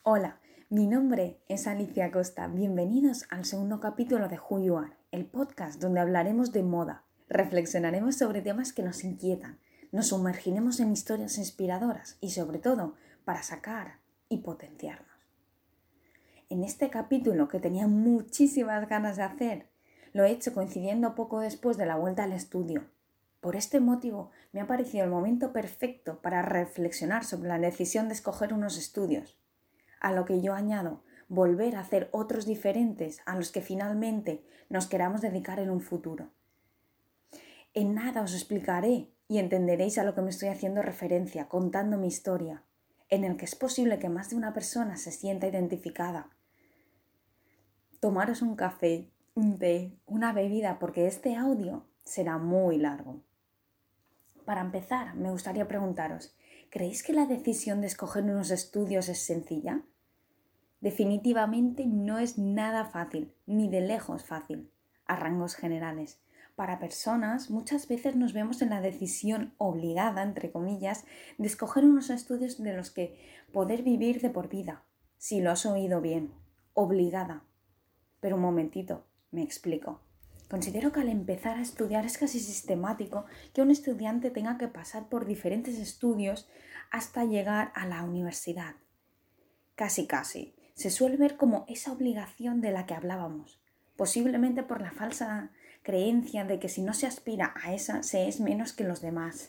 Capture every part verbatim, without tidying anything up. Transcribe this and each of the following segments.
Hola, mi nombre es Alicia Costa. Bienvenidos al segundo capítulo de Who You Are, el podcast donde hablaremos de moda, reflexionaremos sobre temas que nos inquietan, nos sumergiremos en historias inspiradoras y sobre todo para sacar y potenciarnos. En este capítulo que tenía muchísimas ganas de hacer, lo he hecho coincidiendo poco después de la vuelta al estudio. Por este motivo me ha parecido el momento perfecto para reflexionar sobre la decisión de escoger unos estudios. A lo que yo añado, volver a hacer otros diferentes a los que finalmente nos queramos dedicar en un futuro. En nada os explicaré y entenderéis a lo que me estoy haciendo referencia, contando mi historia, en el que es posible que más de una persona se sienta identificada. Tomaros un café, un té, una bebida, porque este audio será muy largo. Para empezar, me gustaría preguntaros, ¿creéis que la decisión de escoger unos estudios es sencilla? Definitivamente no es nada fácil, ni de lejos fácil, a rangos generales. Para personas, muchas veces nos vemos en la decisión obligada, entre comillas, de escoger unos estudios de los que poder vivir de por vida. Si lo has oído bien, obligada. Pero un momentito, me explico. Considero que al empezar a estudiar es casi sistemático que un estudiante tenga que pasar por diferentes estudios hasta llegar a la universidad. Casi casi. Se suele ver como esa obligación de la que hablábamos, posiblemente por la falsa creencia de que si no se aspira a esa se es menos que los demás.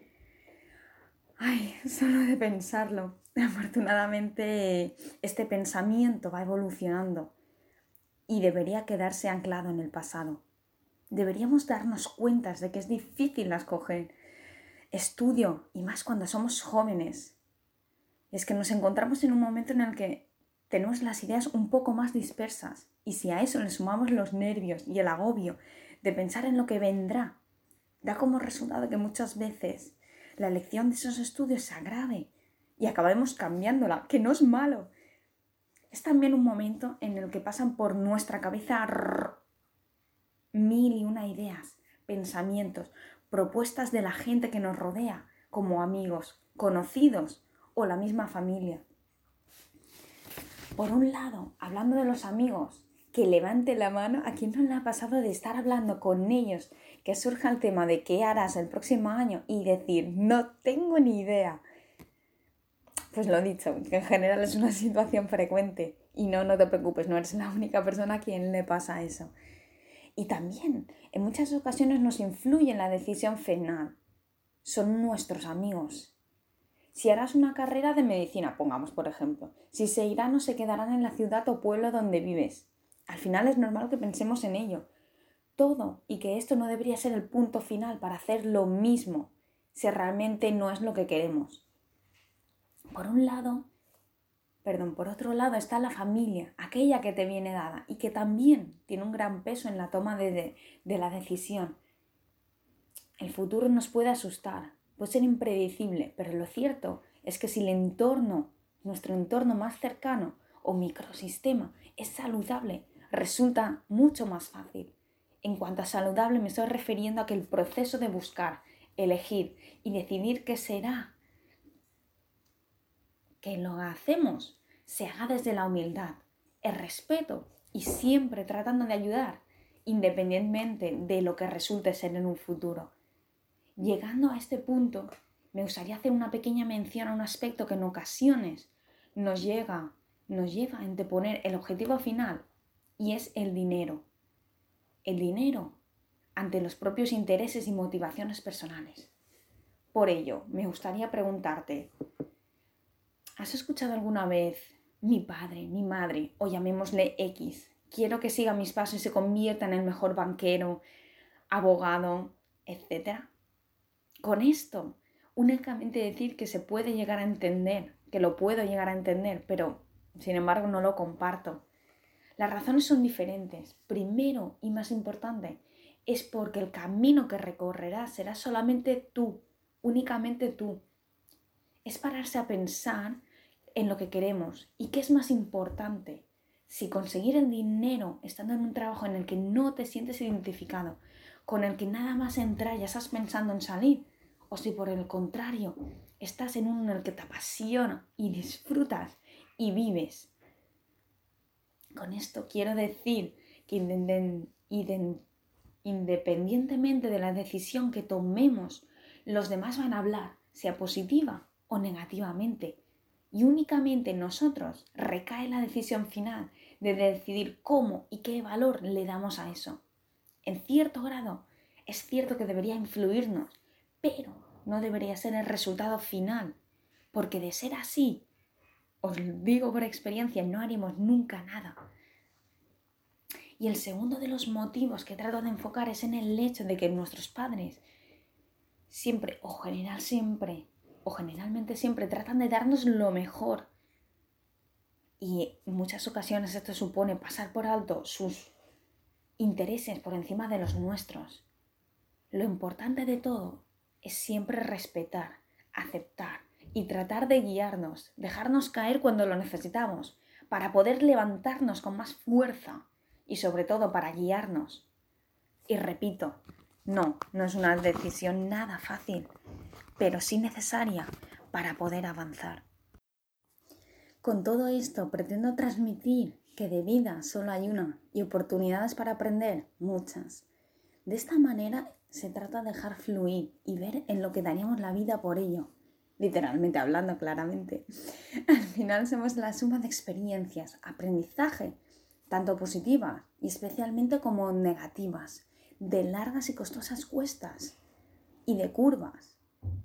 Ay, solo de pensarlo. Afortunadamente este pensamiento va evolucionando y debería quedarse anclado en el pasado. Deberíamos darnos cuenta de que es difícil escoger estudio y más cuando somos jóvenes. Es que nos encontramos en un momento en el que tenemos las ideas un poco más dispersas y si a eso le sumamos los nervios y el agobio de pensar en lo que vendrá, da como resultado que muchas veces la elección de esos estudios se agrave y acabemos cambiándola, que no es malo. Es también un momento en el que pasan por nuestra cabeza rrr, mil y una ideas, pensamientos, propuestas de la gente que nos rodea, como amigos, conocidos o la misma familia. Por un lado, hablando de los amigos, que levante la mano a quien no le ha pasado de estar hablando con ellos, que surja el tema de qué harás el próximo año y decir, no tengo ni idea. Pues lo dicho, que en general es una situación frecuente y no, no te preocupes, no eres la única persona a quien le pasa eso. Y también, en muchas ocasiones nos influye en la decisión final. Son nuestros amigos. Si harás una carrera de medicina, pongamos por ejemplo, si se irán o se quedarán en la ciudad o pueblo donde vives. Al final es normal que pensemos en ello. Todo, y que esto no debería ser el punto final para hacer lo mismo, si realmente no es lo que queremos. Por un lado, perdón, por otro lado está la familia, aquella que te viene dada y que también tiene un gran peso en la toma de, de, de la decisión. El futuro nos puede asustar, puede ser impredecible, pero lo cierto es que si el entorno, nuestro entorno más cercano o microsistema es saludable, resulta mucho más fácil. En cuanto a saludable me estoy refiriendo a que el proceso de buscar, elegir y decidir qué será, que lo hacemos, se haga desde la humildad, el respeto y siempre tratando de ayudar, independientemente de lo que resulte ser en un futuro. Llegando a este punto, me gustaría hacer una pequeña mención a un aspecto que en ocasiones nos llega, nos lleva a anteponer el objetivo final y es el dinero. El dinero ante los propios intereses y motivaciones personales. Por ello, me gustaría preguntarte, ¿has escuchado alguna vez mi padre, mi madre, o llamémosle X, quiero que siga mis pasos y se convierta en el mejor banquero, abogado, etcétera? Con esto, únicamente decir que se puede llegar a entender, que lo puedo llegar a entender, pero sin embargo no lo comparto. Las razones son diferentes. Primero y más importante, es porque el camino que recorrerás será solamente tú, únicamente tú. Es pararse a pensar en lo que queremos y qué es más importante. Si conseguir el dinero estando en un trabajo en el que no te sientes identificado, con el que nada más entrar ya estás pensando en salir, o si por el contrario estás en uno en el que te apasiona y disfrutas y vives. Con esto quiero decir que independientemente de la decisión que tomemos, los demás van a hablar, sea positiva o negativamente. Y únicamente en nosotros recae la decisión final de decidir cómo y qué valor le damos a eso. En cierto grado, es cierto que debería influirnos, pero no debería ser el resultado final, porque de ser así, os digo por experiencia, no haremos nunca nada. Y el segundo de los motivos que trato de enfocar es en el hecho de que nuestros padres siempre, o general siempre, o generalmente siempre tratan de darnos lo mejor. Y en muchas ocasiones esto supone pasar por alto sus intereses por encima de los nuestros. Lo importante de todo es siempre respetar, aceptar y tratar de guiarnos, dejarnos caer cuando lo necesitamos, para poder levantarnos con más fuerza y sobre todo para guiarnos. Y repito, no, no es una decisión nada fácil, pero sí necesaria para poder avanzar. Con todo esto pretendo transmitir que de vida solo hay una y oportunidades para aprender muchas. De esta manera se trata de dejar fluir y ver en lo que daríamos la vida por ello. Literalmente hablando, claramente. Al final somos la suma de experiencias, aprendizaje, tanto positivas y especialmente como negativas, de largas y costosas cuestas y de curvas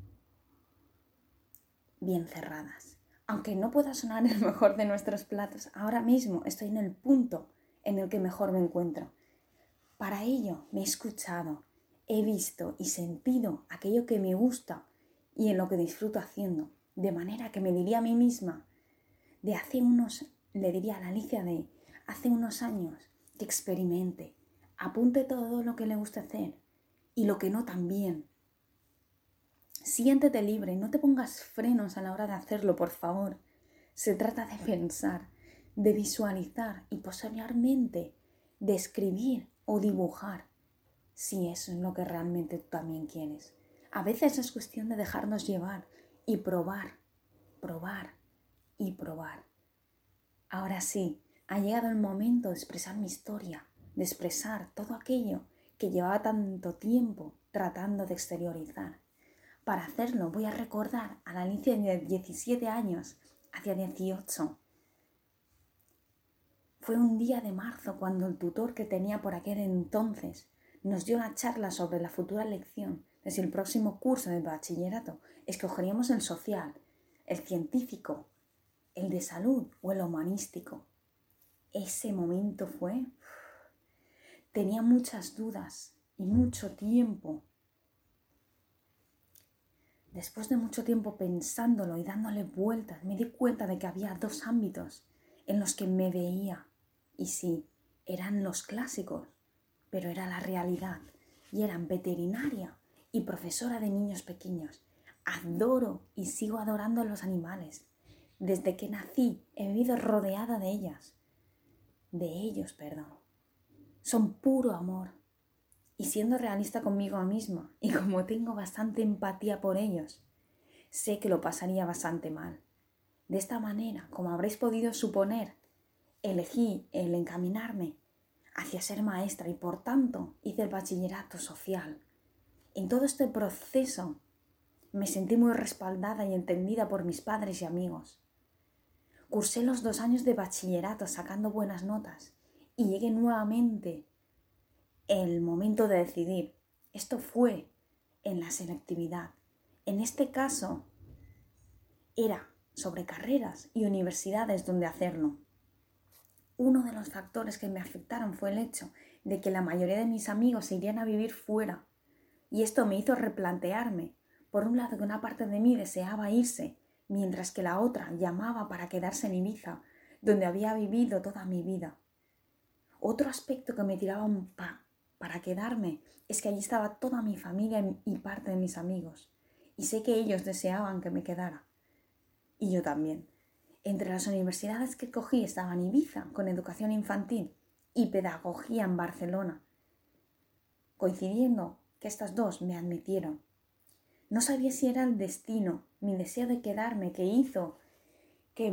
bien cerradas. Aunque no pueda sonar el mejor de nuestros platos, ahora mismo estoy en el punto en el que mejor me encuentro. Para ello me he escuchado, he visto y sentido aquello que me gusta y en lo que disfruto haciendo, de manera que me diría a mí misma, de hace unos, le diría a la Alicia de hace unos años, que experimente, apunte todo lo que le gusta hacer y lo que no también. Siéntete libre, no te pongas frenos a la hora de hacerlo, por favor. Se trata de pensar, de visualizar y posteriormente de escribir o dibujar, si eso es lo que realmente tú también quieres. A veces es cuestión de dejarnos llevar y probar, probar y probar. Ahora sí, ha llegado el momento de expresar mi historia, de expresar todo aquello que llevaba tanto tiempo tratando de exteriorizar. Para hacerlo voy a recordar a la Alicia de diecisiete años hacia dieciocho. Fue un día de marzo cuando el tutor que tenía por aquel entonces nos dio una charla sobre la futura elección de si el próximo curso de bachillerato escogeríamos el social, el científico, el de salud o el humanístico. Ese momento fue... Tenía muchas dudas y mucho tiempo. Después de mucho tiempo pensándolo y dándole vueltas, me di cuenta de que había dos ámbitos en los que me veía. Y sí, eran los clásicos, pero era la realidad. Y eran veterinaria y profesora de niños pequeños. Adoro y sigo adorando a los animales. Desde que nací he vivido rodeada de ellas. De ellos, perdón. Son puro amor. Y siendo realista conmigo misma, y como tengo bastante empatía por ellos, sé que lo pasaría bastante mal. De esta manera, como habréis podido suponer, elegí el encaminarme hacia ser maestra y por tanto hice el bachillerato social. En todo este proceso me sentí muy respaldada y entendida por mis padres y amigos. Cursé los dos años de bachillerato sacando buenas notas y llegué nuevamente el momento de decidir. Esto fue en la selectividad. En este caso era sobre carreras y universidades donde hacerlo. Uno de los factores que me afectaron fue el hecho de que la mayoría de mis amigos se irían a vivir fuera. Y esto me hizo replantearme, por un lado, que una parte de mí deseaba irse, mientras que la otra llamaba para quedarse en Ibiza, donde había vivido toda mi vida. Otro aspecto que me tiraba un pa para quedarme es que allí estaba toda mi familia y parte de mis amigos. Y sé que ellos deseaban que me quedara. Y yo también. Entre las universidades que cogí estaban Ibiza, con educación infantil, y pedagogía en Barcelona, coincidiendo que estas dos me admitieron. No sabía si era el destino, mi deseo de quedarme, que hizo que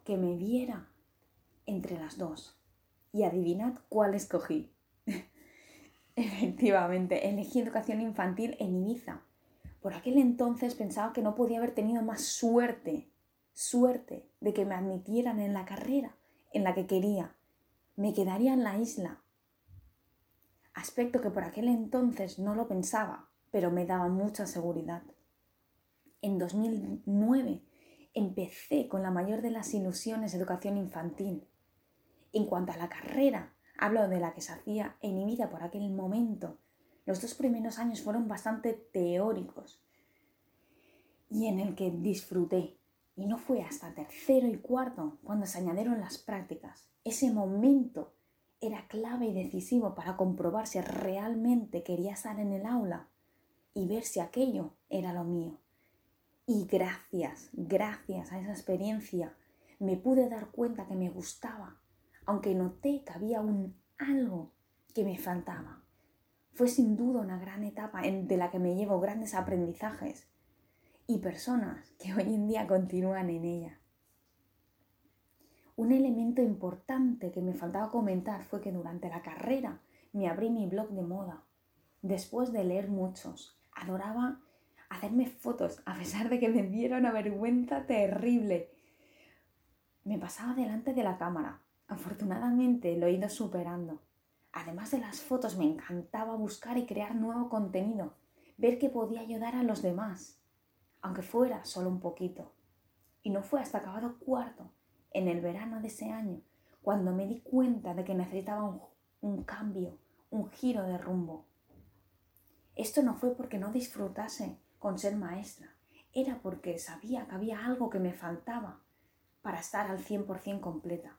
que me viera entre las dos. Y adivinad cuál escogí. Efectivamente, elegí educación infantil en Ibiza. Por aquel entonces pensaba que no podía haber tenido más suerte, suerte de que me admitieran en la carrera en la que quería. Me quedaría en la isla. Aspecto que por aquel entonces no lo pensaba, pero me daba mucha seguridad. En dos mil nueve empecé con la mayor de las ilusiones educación infantil. En cuanto a la carrera, hablo de la que se hacía en Ibiza por aquel momento. Los dos primeros años fueron bastante teóricos y en el que disfruté. Y no fue hasta tercero y cuarto cuando se añadieron las prácticas. Ese momento era clave y decisivo para comprobar si realmente quería estar en el aula y ver si aquello era lo mío. Y gracias, gracias a esa experiencia me pude dar cuenta que me gustaba, aunque noté que había un algo que me faltaba. Fue sin duda una gran etapa de la que me llevo grandes aprendizajes y personas que hoy en día continúan en ella. Un elemento importante que me faltaba comentar fue que durante la carrera me abrí mi blog de moda. Después de leer muchos, adoraba hacerme fotos, a pesar de que me diera una vergüenza terrible. Me pasaba delante de la cámara. Afortunadamente lo he ido superando. Además de las fotos, me encantaba buscar y crear nuevo contenido, ver que podía ayudar a los demás, aunque fuera solo un poquito. Y no fue hasta acabado cuarto, en el verano de ese año, cuando me di cuenta de que necesitaba un, un cambio, un giro de rumbo. Esto no fue porque no disfrutase con ser maestra, era porque sabía que había algo que me faltaba para estar al cien por ciento completa.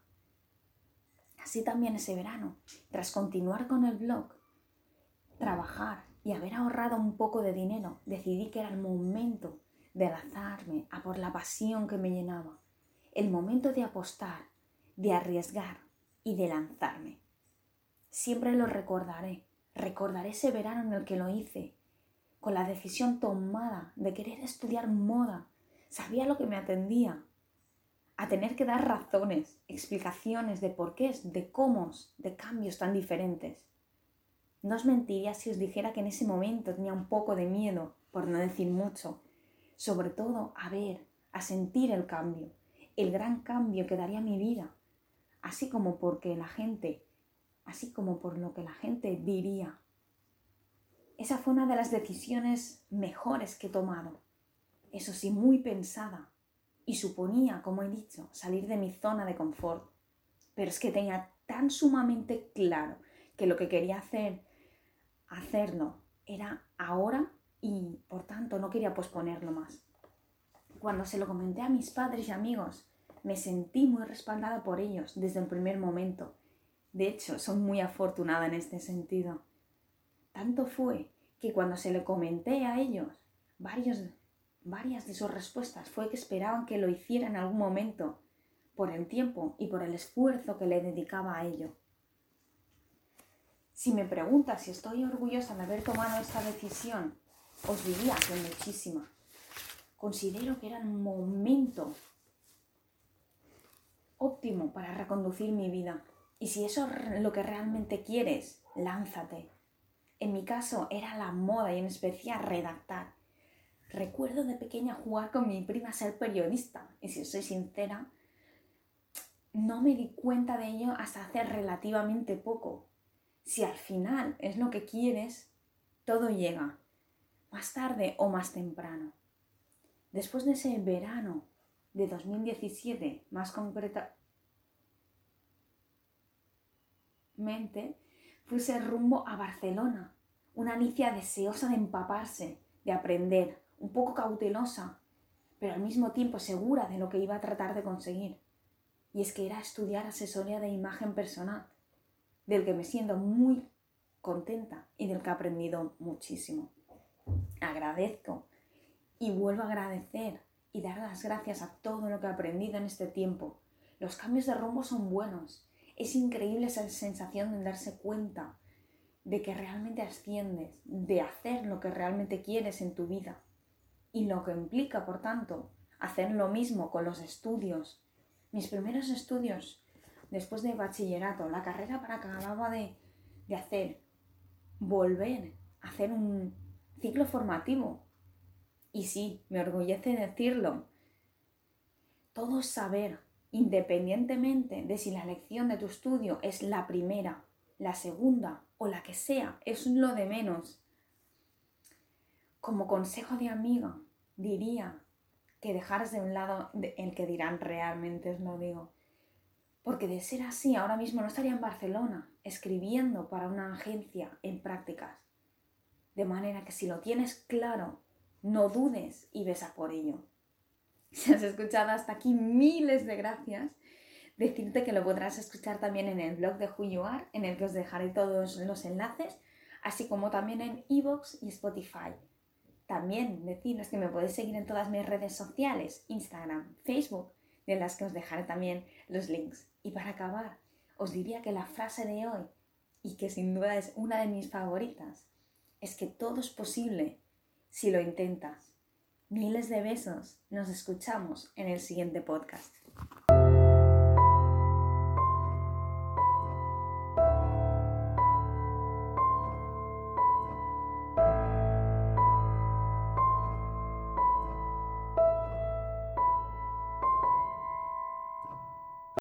Así también ese verano, tras continuar con el blog, trabajar y haber ahorrado un poco de dinero, decidí que era el momento de lanzarme a por la pasión que me llenaba, el momento de apostar, de arriesgar y de lanzarme. Siempre lo recordaré, recordaré ese verano en el que lo hice, con la decisión tomada de querer estudiar moda. Sabía lo que me atendía, a tener que dar razones, explicaciones de porqués, de cómo, de cambios tan diferentes. No os mentiría si os dijera que en ese momento tenía un poco de miedo, por no decir mucho, sobre todo a ver, a sentir el cambio, el gran cambio que daría mi vida, así como porque la gente, así como por lo que la gente diría. Esa fue una de las decisiones mejores que he tomado, eso sí, muy pensada, y suponía, como he dicho, salir de mi zona de confort. Pero es que tenía tan sumamente claro que lo que quería hacer, hacerlo, era ahora y, por tanto, no quería posponerlo más. Cuando se lo comenté a mis padres y amigos, me sentí muy respaldada por ellos desde el primer momento. De hecho, soy muy afortunada en este sentido. Tanto fue que cuando se lo comenté a ellos, varios Varias de sus respuestas fue que esperaban que lo hiciera en algún momento, por el tiempo y por el esfuerzo que le dedicaba a ello. Si me preguntas si estoy orgullosa de haber tomado esta decisión, os diría que muchísima. Considero que era el momento óptimo para reconducir mi vida. Y si eso es lo que realmente quieres, lánzate. En mi caso era la moda y en especial redactar. Recuerdo de pequeña jugar con mi prima a ser periodista y si soy sincera, no me di cuenta de ello hasta hace relativamente poco. Si al final es lo que quieres, todo llega, más tarde o más temprano. Después de ese verano de dos mil diecisiete, más concretamente, puse rumbo a Barcelona, una Alicia deseosa de empaparse, de aprender, un poco cautelosa, pero al mismo tiempo segura de lo que iba a tratar de conseguir. Y es que era estudiar asesoría de imagen personal, del que me siento muy contenta y del que he aprendido muchísimo. Agradezco y vuelvo a agradecer y dar las gracias a todo lo que he aprendido en este tiempo. Los cambios de rumbo son buenos. Es increíble esa sensación de darse cuenta de que realmente asciendes, de hacer lo que realmente quieres en tu vida. Y lo que implica, por tanto, hacer lo mismo con los estudios. mis primeros estudios después de bachillerato, la carrera para que acababa de, de hacer, volver a hacer un ciclo formativo. Y sí, me orgullece decirlo. Todo saber, independientemente de si la lección de tu estudio es la primera, la segunda o la que sea, es lo de menos. Como consejo de amiga, diría que dejaras de un lado el que dirán realmente, os lo digo. Porque de ser así, ahora mismo no estaría en Barcelona escribiendo para una agencia en prácticas. De manera que si lo tienes claro, no dudes y ves a por ello. Si has escuchado hasta aquí, miles de gracias. Decirte que lo podrás escuchar también en el blog de Who You Are, en el que os dejaré todos los enlaces, así como también en iVoox y Spotify. También deciros que me podéis seguir en todas mis redes sociales, Instagram, Facebook, de las que os dejaré también los links. Y para acabar, os diría que la frase de hoy, y que sin duda es una de mis favoritas, es que todo es posible si lo intentas. Miles de besos, nos escuchamos en el siguiente podcast.